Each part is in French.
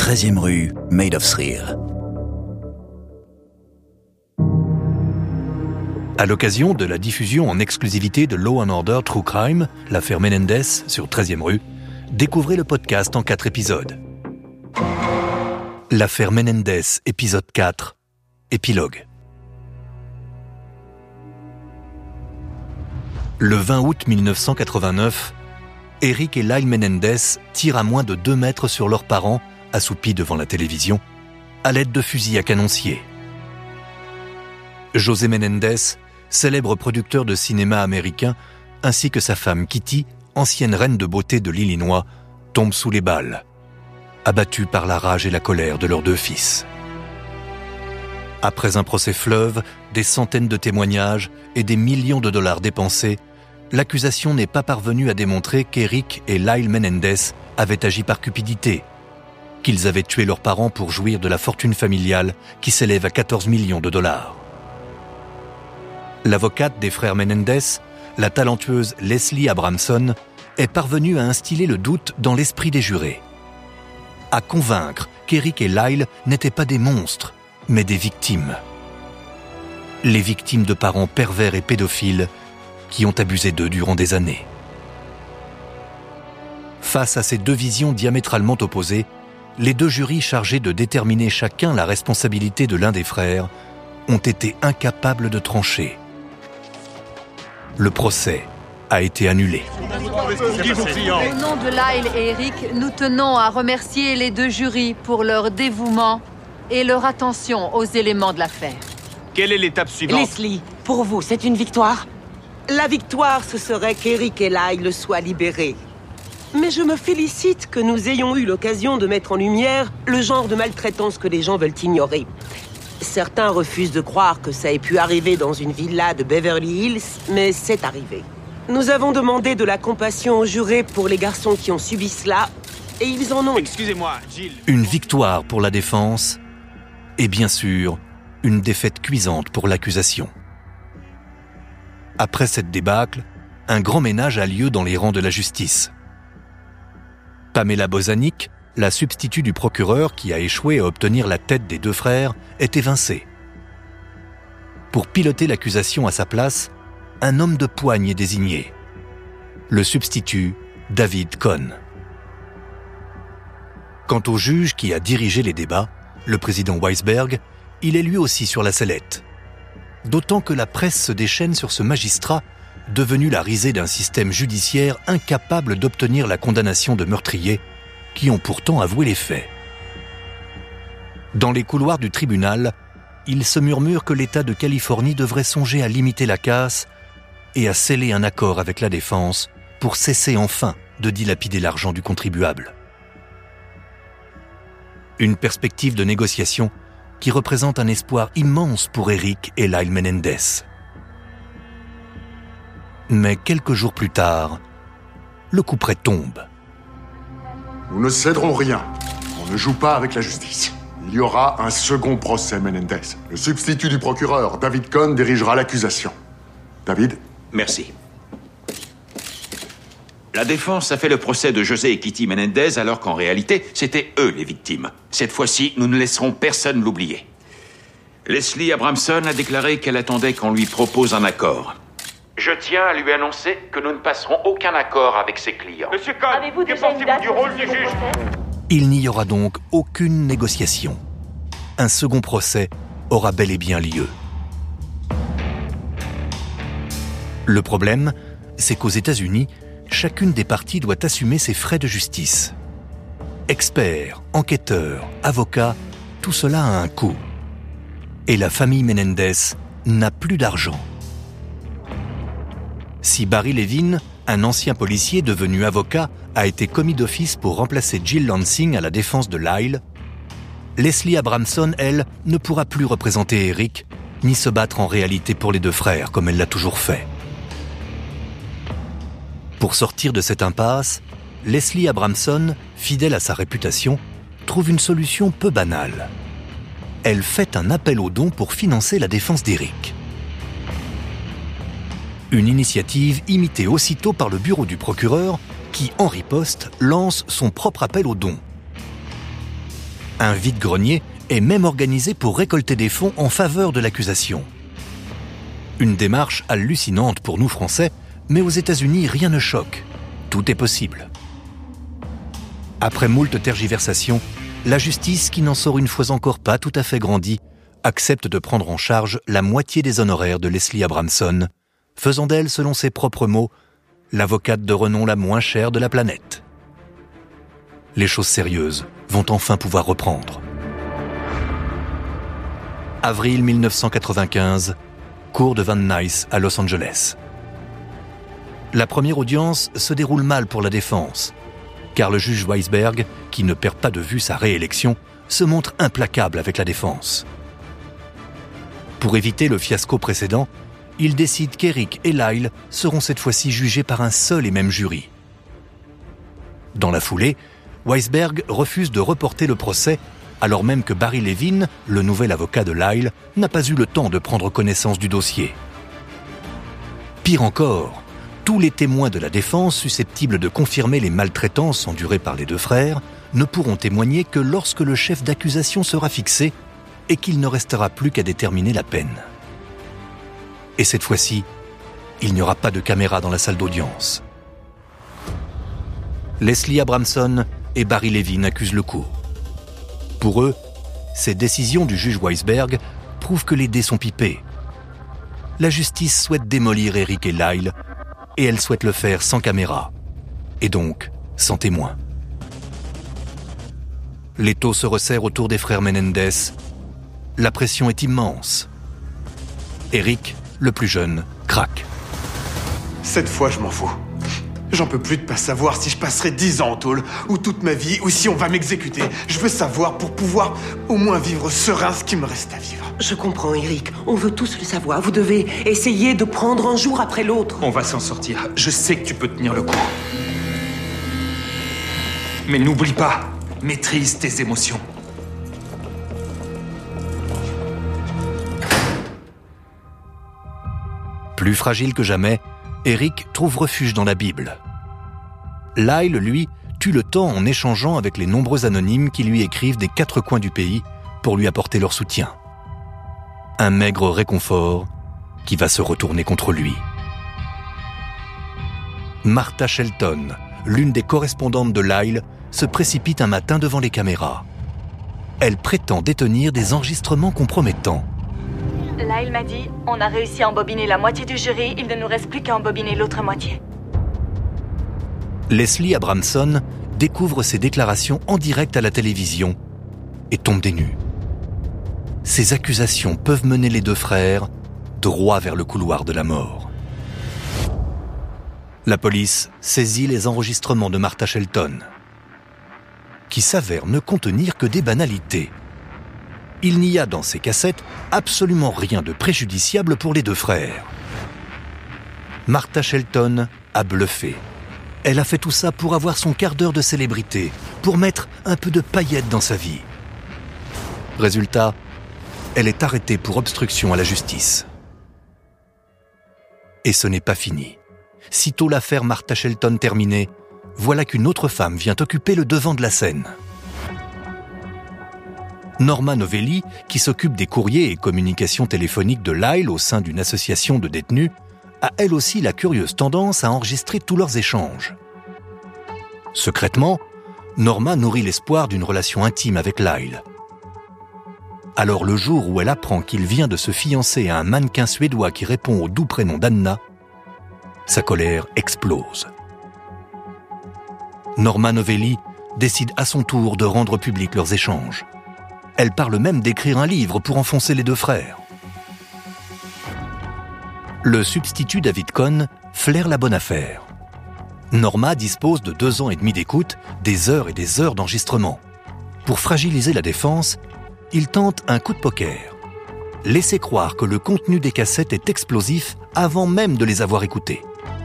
13e rue, Made of Thrill. À l'occasion de la diffusion en exclusivité de Law & Order True Crime, l'affaire Menendez sur 13e rue, découvrez le podcast en 4 épisodes. L'affaire Menendez, épisode 4, épilogue. Le 20 août 1989, Eric et Lyle Menendez tirent à moins de 2 mètres sur leurs parents, assoupis devant la télévision, à l'aide de fusils à canoncier. José Menendez, célèbre producteur de cinéma américain, ainsi que sa femme Kitty, ancienne reine de beauté de l'Illinois, tombent sous les balles, abattus par la rage et la colère de leurs 2 fils. Après un procès fleuve, des centaines de témoignages et des millions de dollars dépensés, l'accusation n'est pas parvenue à démontrer qu'Eric et Lyle Menendez avaient agi par cupidité, qu'ils avaient tué leurs parents pour jouir de la fortune familiale qui s'élève à 14 millions de dollars. L'avocate des frères Menendez, la talentueuse Leslie Abramson, est parvenue à instiller le doute dans l'esprit des jurés, à convaincre qu'Eric et Lyle n'étaient pas des monstres, mais des victimes. Les victimes de parents pervers et pédophiles qui ont abusé d'eux durant des années. Face à ces 2 visions diamétralement opposées, les 2 jurys chargés de déterminer chacun la responsabilité de l'un des frères ont été incapables de trancher. Le procès a été annulé. Au nom de Lyle et Eric, nous tenons à remercier les 2 jurys pour leur dévouement et leur attention aux éléments de l'affaire. Quelle est l'étape suivante? Leslie, pour vous, c'est une victoire? La victoire, ce serait qu'Eric et Lyle soient libérés. Mais je me félicite que nous ayons eu l'occasion de mettre en lumière le genre de maltraitance que les gens veulent ignorer. Certains refusent de croire que ça ait pu arriver dans une villa de Beverly Hills, mais c'est arrivé. Nous avons demandé de la compassion aux jurés pour les garçons qui ont subi cela, et ils en ont... Excusez-moi, Jill. Une victoire pour la défense et bien sûr, une défaite cuisante pour l'accusation. Après cette débâcle, un grand ménage a lieu dans les rangs de la justice. Pamela Bozanic, la substitut du procureur qui a échoué à obtenir la tête des 2 frères, est évincée. Pour piloter l'accusation à sa place, un homme de poigne est désigné. Le substitut, David Cohn. Quant au juge qui a dirigé les débats, le président Weisberg, il est lui aussi sur la sellette. D'autant que la presse se déchaîne sur ce magistrat, devenu la risée d'un système judiciaire incapable d'obtenir la condamnation de meurtriers qui ont pourtant avoué les faits. Dans les couloirs du tribunal, il se murmure que l'État de Californie devrait songer à limiter la casse et à sceller un accord avec la défense pour cesser enfin de dilapider l'argent du contribuable. Une perspective de négociation qui représente un espoir immense pour Eric et Lyle Menendez. Mais quelques jours plus tard, le couperet tombe. Nous ne céderons rien. On ne joue pas avec la justice. Il y aura un second procès, Menendez. Le substitut du procureur, David Cohn, dirigera l'accusation. David? Merci. La défense a fait le procès de José et Kitty Menendez alors qu'en réalité, c'était eux les victimes. Cette fois-ci, nous ne laisserons personne l'oublier. Leslie Abramson a déclaré qu'elle attendait qu'on lui propose un accord. Je tiens à lui annoncer que nous ne passerons aucun accord avec ses clients. Monsieur Cohn, que pensez-vous du rôle du juge? Il n'y aura donc aucune négociation. Un second procès aura bel et bien lieu. Le problème, c'est qu'aux États-Unis, chacune des parties doit assumer ses frais de justice. Experts, enquêteurs, avocats, tout cela a un coût. Et la famille Menendez n'a plus d'argent. Si Barry Levin, un ancien policier devenu avocat, a été commis d'office pour remplacer Jill Lansing à la défense de Lyle, Leslie Abramson, elle, ne pourra plus représenter Eric, ni se battre en réalité pour les 2 frères, comme elle l'a toujours fait. Pour sortir de cette impasse, Leslie Abramson, fidèle à sa réputation, trouve une solution peu banale. Elle fait un appel aux dons pour financer la défense d'Eric. Une initiative imitée aussitôt par le bureau du procureur qui, en riposte, lance son propre appel aux dons. Un vide-grenier est même organisé pour récolter des fonds en faveur de l'accusation. Une démarche hallucinante pour nous Français, mais aux États-Unis, rien ne choque. Tout est possible. Après moult tergiversations, la justice, qui n'en sort une fois encore pas tout à fait grandie, accepte de prendre en charge la moitié des honoraires de Leslie Abramson, faisant d'elle, selon ses propres mots, l'avocate de renom la moins chère de la planète. Les choses sérieuses vont enfin pouvoir reprendre. Avril 1995, cour de Van Nuys à Los Angeles. La première audience se déroule mal pour la défense, car le juge Weisberg, qui ne perd pas de vue sa réélection, se montre implacable avec la défense. Pour éviter le fiasco précédent, il décide qu'Eric et Lyle seront cette fois-ci jugés par un seul et même jury. Dans la foulée, Weisberg refuse de reporter le procès, alors même que Barry Levin, le nouvel avocat de Lyle, n'a pas eu le temps de prendre connaissance du dossier. Pire encore, tous les témoins de la défense susceptibles de confirmer les maltraitances endurées par les deux frères ne pourront témoigner que lorsque le chef d'accusation sera fixé et qu'il ne restera plus qu'à déterminer la peine. Et cette fois-ci, il n'y aura pas de caméra dans la salle d'audience. Leslie Abramson et Barry Levin accusent le coup. Pour eux, ces décisions du juge Weisberg prouvent que les dés sont pipés. La justice souhaite démolir Eric et Lyle, et elle souhaite le faire sans caméra, et donc sans témoin. L'étau se resserre autour des frères Menendez. La pression est immense. Eric, le plus jeune, craque. Cette fois, je m'en fous. J'en peux plus de pas savoir si je passerai 10 ans en tôle, ou toute ma vie, ou si on va m'exécuter. Je veux savoir pour pouvoir au moins vivre serein ce qui me reste à vivre. Je comprends, Eric. On veut tous le savoir. Vous devez essayer de prendre un jour après l'autre. On va s'en sortir. Je sais que tu peux tenir le coup. Mais n'oublie pas, maîtrise tes émotions. Plus fragile que jamais, Eric trouve refuge dans la Bible. Lyle, lui, tue le temps en échangeant avec les nombreux anonymes qui lui écrivent des 4 coins du pays pour lui apporter leur soutien. Un maigre réconfort qui va se retourner contre lui. Martha Shelton, l'une des correspondantes de Lyle, se précipite un matin devant les caméras. Elle prétend détenir des enregistrements compromettants. Lyle m'a dit, on a réussi à embobiner la moitié du jury, il ne nous reste plus qu'à embobiner l'autre moitié. Leslie Abramson découvre ces déclarations en direct à la télévision et tombe des nues. Ces accusations peuvent mener les deux frères droit vers le couloir de la mort. La police saisit les enregistrements de Martha Shelton, qui s'avèrent ne contenir que des banalités. Il n'y a dans ces cassettes absolument rien de préjudiciable pour les deux frères. Martha Shelton a bluffé. Elle a fait tout ça pour avoir son quart d'heure de célébrité, pour mettre un peu de paillettes dans sa vie. Résultat, elle est arrêtée pour obstruction à la justice. Et ce n'est pas fini. Sitôt l'affaire Martha Shelton terminée, voilà qu'une autre femme vient occuper le devant de la scène. Norma Novelli, qui s'occupe des courriers et communications téléphoniques de Lyle au sein d'une association de détenus, a elle aussi la curieuse tendance à enregistrer tous leurs échanges. Secrètement, Norma nourrit l'espoir d'une relation intime avec Lyle. Alors le jour où elle apprend qu'il vient de se fiancer à un mannequin suédois qui répond au doux prénom d'Anna, sa colère explose. Norma Novelli décide à son tour de rendre public leurs échanges. Elle parle même d'écrire un livre pour enfoncer les deux frères. Le substitut David Cohn flaire la bonne affaire. Norma dispose de 2 ans et demi d'écoute, des heures et des heures d'enregistrement. Pour fragiliser la défense, il tente un coup de poker. Laisser croire que le contenu des cassettes est explosif avant même de les avoir écoutées.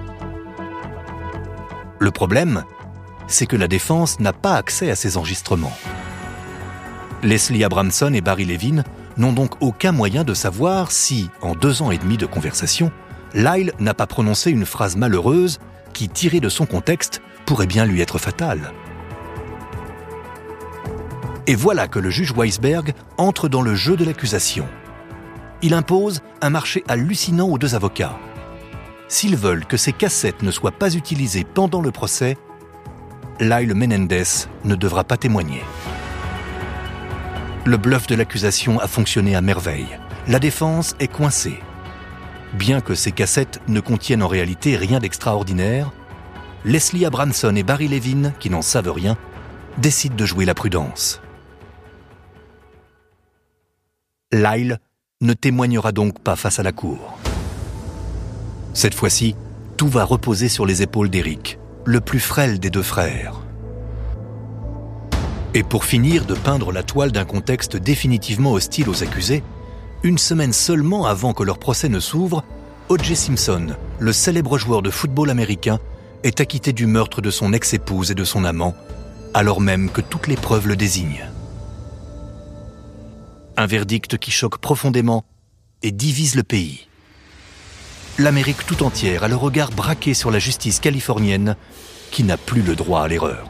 Le problème, c'est que la défense n'a pas accès à ces enregistrements. Leslie Abramson et Barry Levin n'ont donc aucun moyen de savoir si, en 2 ans et demi de conversation, Lyle n'a pas prononcé une phrase malheureuse qui, tirée de son contexte, pourrait bien lui être fatale. Et voilà que le juge Weisberg entre dans le jeu de l'accusation. Il impose un marché hallucinant aux deux avocats. S'ils veulent que ces cassettes ne soient pas utilisées pendant le procès, Lyle Menendez ne devra pas témoigner. Le bluff de l'accusation a fonctionné à merveille. La défense est coincée. Bien que ces cassettes ne contiennent en réalité rien d'extraordinaire, Leslie Abramson et Barry Levin, qui n'en savent rien, décident de jouer la prudence. Lyle ne témoignera donc pas face à la cour. Cette fois-ci, tout va reposer sur les épaules d'Eric, le plus frêle des deux frères. Et pour finir de peindre la toile d'un contexte définitivement hostile aux accusés, une semaine seulement avant que leur procès ne s'ouvre, O.J. Simpson, le célèbre joueur de football américain, est acquitté du meurtre de son ex-épouse et de son amant, alors même que toutes les preuves le désignent. Un verdict qui choque profondément et divise le pays. L'Amérique tout entière a le regard braqué sur la justice californienne qui n'a plus le droit à l'erreur.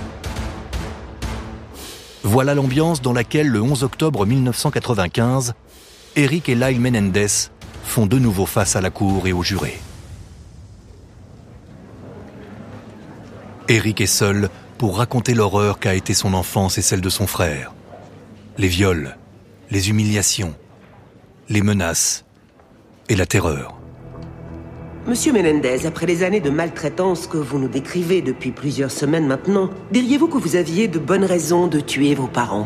Voilà l'ambiance dans laquelle, le 11 octobre 1995, Eric et Lyle Menendez font de nouveau face à la cour et aux jurés. Eric est seul pour raconter l'horreur qu'a été son enfance et celle de son frère. Les viols, les humiliations, les menaces et la terreur. Monsieur Menendez, après les années de maltraitance que vous nous décrivez depuis plusieurs semaines maintenant, diriez-vous que vous aviez de bonnes raisons de tuer vos parents?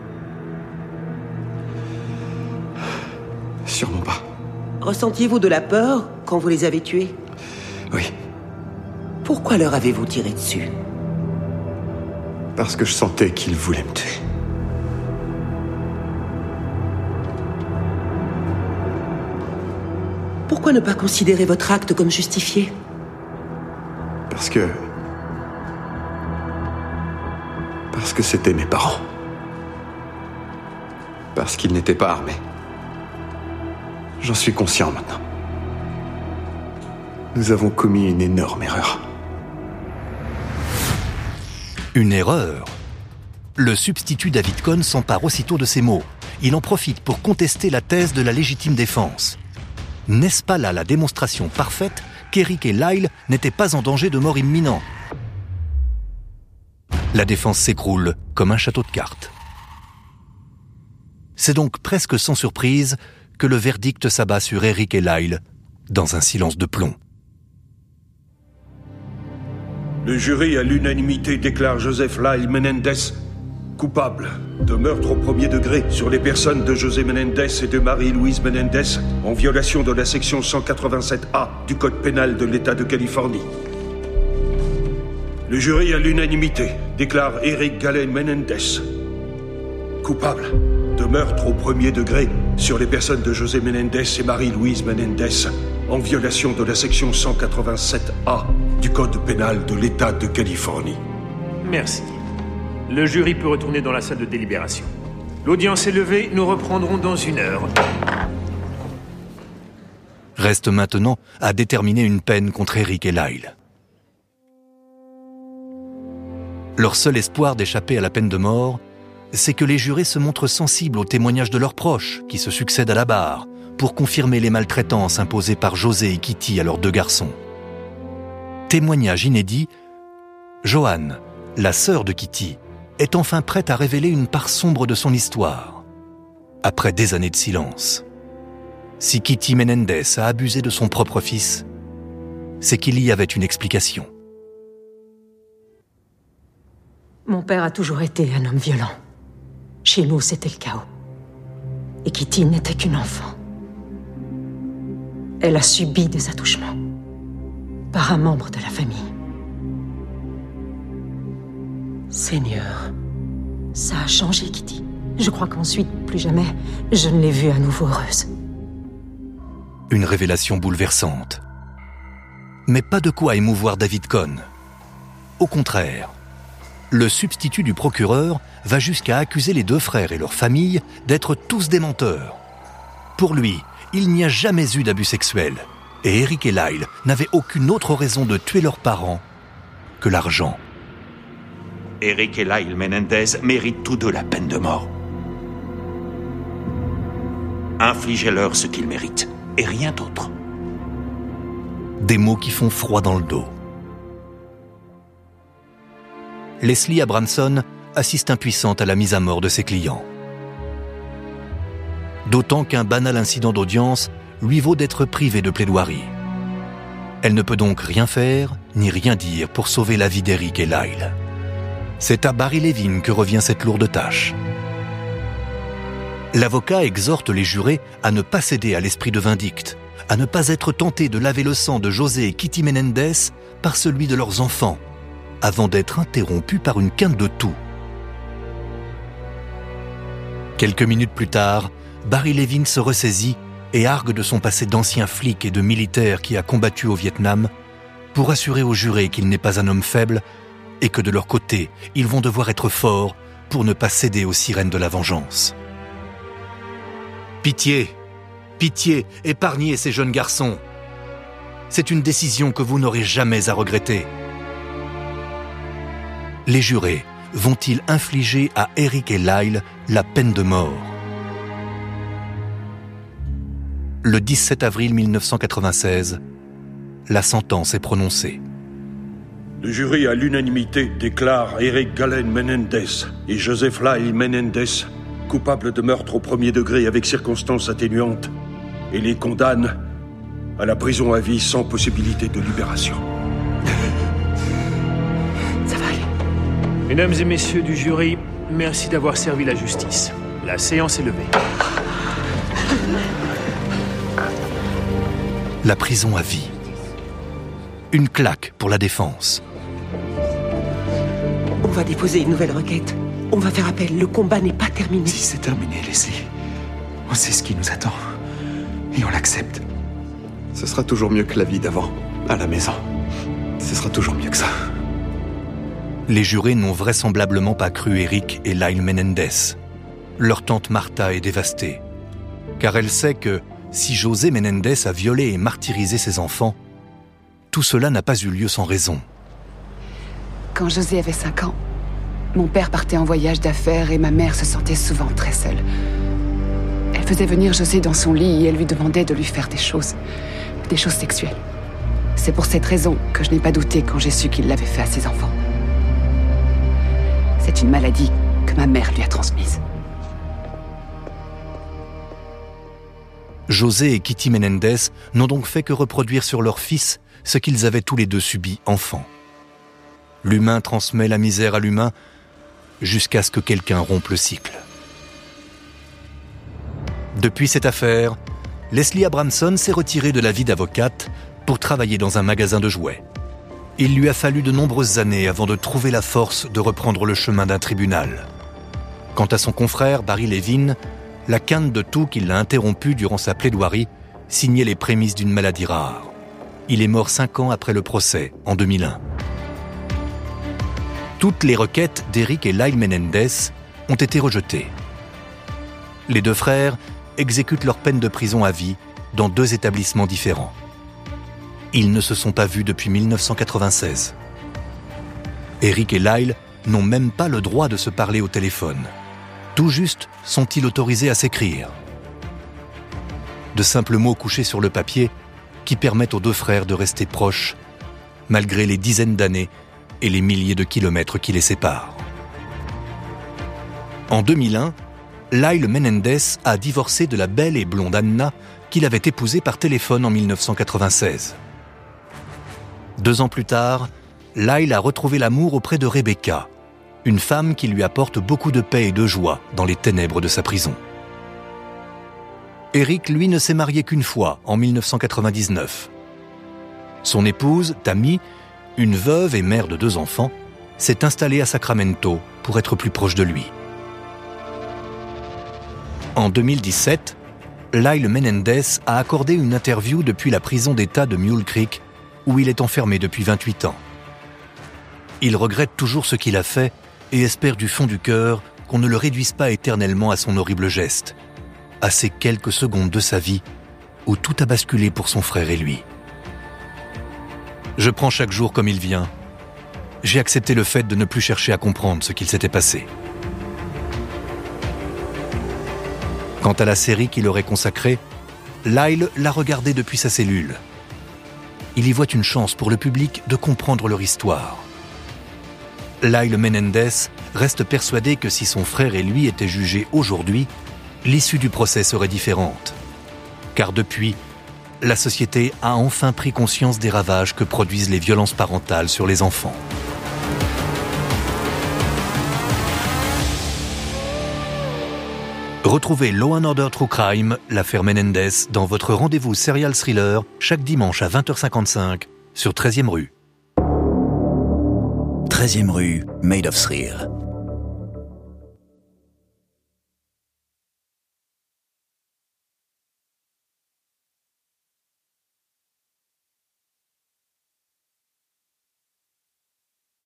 Sûrement pas. Ressentiez-vous de la peur quand vous les avez tués? Oui. Pourquoi leur avez-vous tiré dessus? Parce que je sentais qu'ils voulaient me tuer. Pourquoi ne pas considérer votre acte comme justifié? Parce que c'était mes parents. Parce qu'ils n'étaient pas armés. J'en suis conscient maintenant. Nous avons commis une énorme erreur. Une erreur? Le substitut David Cohn s'empare aussitôt de ces mots. Il en profite pour contester la thèse de la légitime défense. N'est-ce pas là la démonstration parfaite qu'Eric et Lyle n'étaient pas en danger de mort imminent? La défense s'écroule comme un château de cartes. C'est donc presque sans surprise que le verdict s'abat sur Eric et Lyle dans un silence de plomb. Le jury à l'unanimité déclare Joseph Lyle Menendez coupable de meurtre au premier degré sur les personnes de José Menendez et de Marie-Louise Menendez en violation de la section 187A du Code pénal de l'État de Californie. Le jury à l'unanimité déclare Eric Galen Menendez coupable de meurtre au premier degré sur les personnes de José Menendez et Marie-Louise Menendez en violation de la section 187A du Code pénal de l'État de Californie. Merci. Le jury peut retourner dans la salle de délibération. L'audience est levée, nous reprendrons dans 1 heure. Reste maintenant à déterminer une peine contre Eric et Lyle. Leur seul espoir d'échapper à la peine de mort, c'est que les jurés se montrent sensibles aux témoignages de leurs proches qui se succèdent à la barre pour confirmer les maltraitances imposées par José et Kitty à leurs 2 garçons. Témoignage inédit, Joanne, la sœur de Kitty, est enfin prête à révéler une part sombre de son histoire, après des années de silence. Si Kitty Menendez a abusé de son propre fils, c'est qu'il y avait une explication. Mon père a toujours été un homme violent. Chez nous, c'était le chaos. Et Kitty n'était qu'une enfant. Elle a subi des attouchements par un membre de la famille. Seigneur. Ça a changé, Kitty. Je crois qu'ensuite, plus jamais, je ne l'ai vue à nouveau heureuse. Une révélation bouleversante. Mais pas de quoi émouvoir David Cohn. Au contraire, le substitut du procureur va jusqu'à accuser les 2 frères et leur famille d'être tous des menteurs. Pour lui, il n'y a jamais eu d'abus sexuel, et Eric et Lyle n'avaient aucune autre raison de tuer leurs parents que l'argent. Eric et Lyle Menendez méritent tous deux la peine de mort. Infligez-leur ce qu'ils méritent, et rien d'autre. Des mots qui font froid dans le dos. Leslie Abramson assiste impuissante à la mise à mort de ses clients. D'autant qu'un banal incident d'audience lui vaut d'être privée de plaidoirie. Elle ne peut donc rien faire, ni rien dire pour sauver la vie d'Eric et Lyle. C'est à Barry Levin que revient cette lourde tâche. L'avocat exhorte les jurés à ne pas céder à l'esprit de vindicte, à ne pas être tentés de laver le sang de José et Kitty Menendez par celui de leurs enfants, avant d'être interrompus par une quinte de toux. Quelques minutes plus tard, Barry Levin se ressaisit et argue de son passé d'ancien flic et de militaire qui a combattu au Vietnam pour assurer aux jurés qu'il n'est pas un homme faible et que de leur côté, ils vont devoir être forts pour ne pas céder aux sirènes de la vengeance. Pitié, pitié, épargnez ces jeunes garçons. C'est une décision que vous n'aurez jamais à regretter. Les jurés vont-ils infliger à Eric et Lyle la peine de mort? Le 17 avril 1996, la sentence est prononcée. Le jury à l'unanimité déclare Eric Galen Menendez et Joseph Lyle Menendez coupables de meurtre au premier degré avec circonstances atténuantes et les condamne à la prison à vie sans possibilité de libération. Ça va aller. Mesdames et messieurs du jury, merci d'avoir servi la justice. La séance est levée. La prison à vie. Une claque pour la défense. On va déposer une nouvelle requête. On va faire appel. Le combat n'est pas terminé. Si c'est terminé, Leslie, on sait ce qui nous attend. Et on l'accepte. Ce sera toujours mieux que la vie d'avant, à la maison. Ce sera toujours mieux que ça. Les jurés n'ont vraisemblablement pas cru Eric et Lyle Menendez. Leur tante Martha est dévastée. Car elle sait que si José Menendez a violé et martyrisé ses enfants, tout cela n'a pas eu lieu sans raison. Quand José avait 5 ans, mon père partait en voyage d'affaires et ma mère se sentait souvent très seule. Elle faisait venir José dans son lit et elle lui demandait de lui faire des choses sexuelles. C'est pour cette raison que je n'ai pas douté quand j'ai su qu'il l'avait fait à ses enfants. C'est une maladie que ma mère lui a transmise. José et Kitty Menendez n'ont donc fait que reproduire sur leur fils ce qu'ils avaient tous les deux subi enfants. L'humain transmet la misère à l'humain jusqu'à ce que quelqu'un rompe le cycle. Depuis cette affaire, Leslie Abramson s'est retirée de la vie d'avocate pour travailler dans un magasin de jouets. Il lui a fallu de nombreuses années avant de trouver la force de reprendre le chemin d'un tribunal. Quant à son confrère Barry Levin, la quinte de toux qui l'a interrompu durant sa plaidoirie signait les prémices d'une maladie rare. Il est mort 5 ans après le procès, en 2001. Toutes les requêtes d'Eric et Lyle Menendez ont été rejetées. Les deux frères exécutent leur peine de prison à vie dans 2 établissements différents. Ils ne se sont pas vus depuis 1996. Eric et Lyle n'ont même pas le droit de se parler au téléphone. Tout juste sont-ils autorisés à s'écrire. De simples mots couchés sur le papier qui permettent aux deux frères de rester proches, malgré les dizaines d'années et les milliers de kilomètres qui les séparent. En 2001, Lyle Menendez a divorcé de la belle et blonde Anna qu'il avait épousée par téléphone en 1996. 2 ans plus tard, Lyle a retrouvé l'amour auprès de Rebecca, une femme qui lui apporte beaucoup de paix et de joie dans les ténèbres de sa prison. Eric, lui, ne s'est marié qu'une fois, en 1999. Son épouse, Tammy, une veuve et mère de 2 enfants, s'est installée à Sacramento pour être plus proche de lui. En 2017, Lyle Menendez a accordé une interview depuis la prison d'État de Mule Creek, où il est enfermé depuis 28 ans. Il regrette toujours ce qu'il a fait et espère du fond du cœur qu'on ne le réduise pas éternellement à son horrible geste, à ces quelques secondes de sa vie où tout a basculé pour son frère et lui. Je prends chaque jour comme il vient. j'ai accepté le fait de ne plus chercher à comprendre ce qu'il s'était passé. Quant à la série qu'il aurait consacrée, Lyle l'a regardée depuis sa cellule. Il y voit une chance pour le public de comprendre leur histoire. Lyle Menendez reste persuadé que si son frère et lui étaient jugés aujourd'hui, l'issue du procès serait différente. Car depuis, la société a enfin pris conscience des ravages que produisent les violences parentales sur les enfants. Retrouvez Law & Order True Crime, l'affaire Menendez, dans votre rendez-vous serial thriller, chaque dimanche à 20h55 sur 13e rue. 13e rue, Made of Thrill.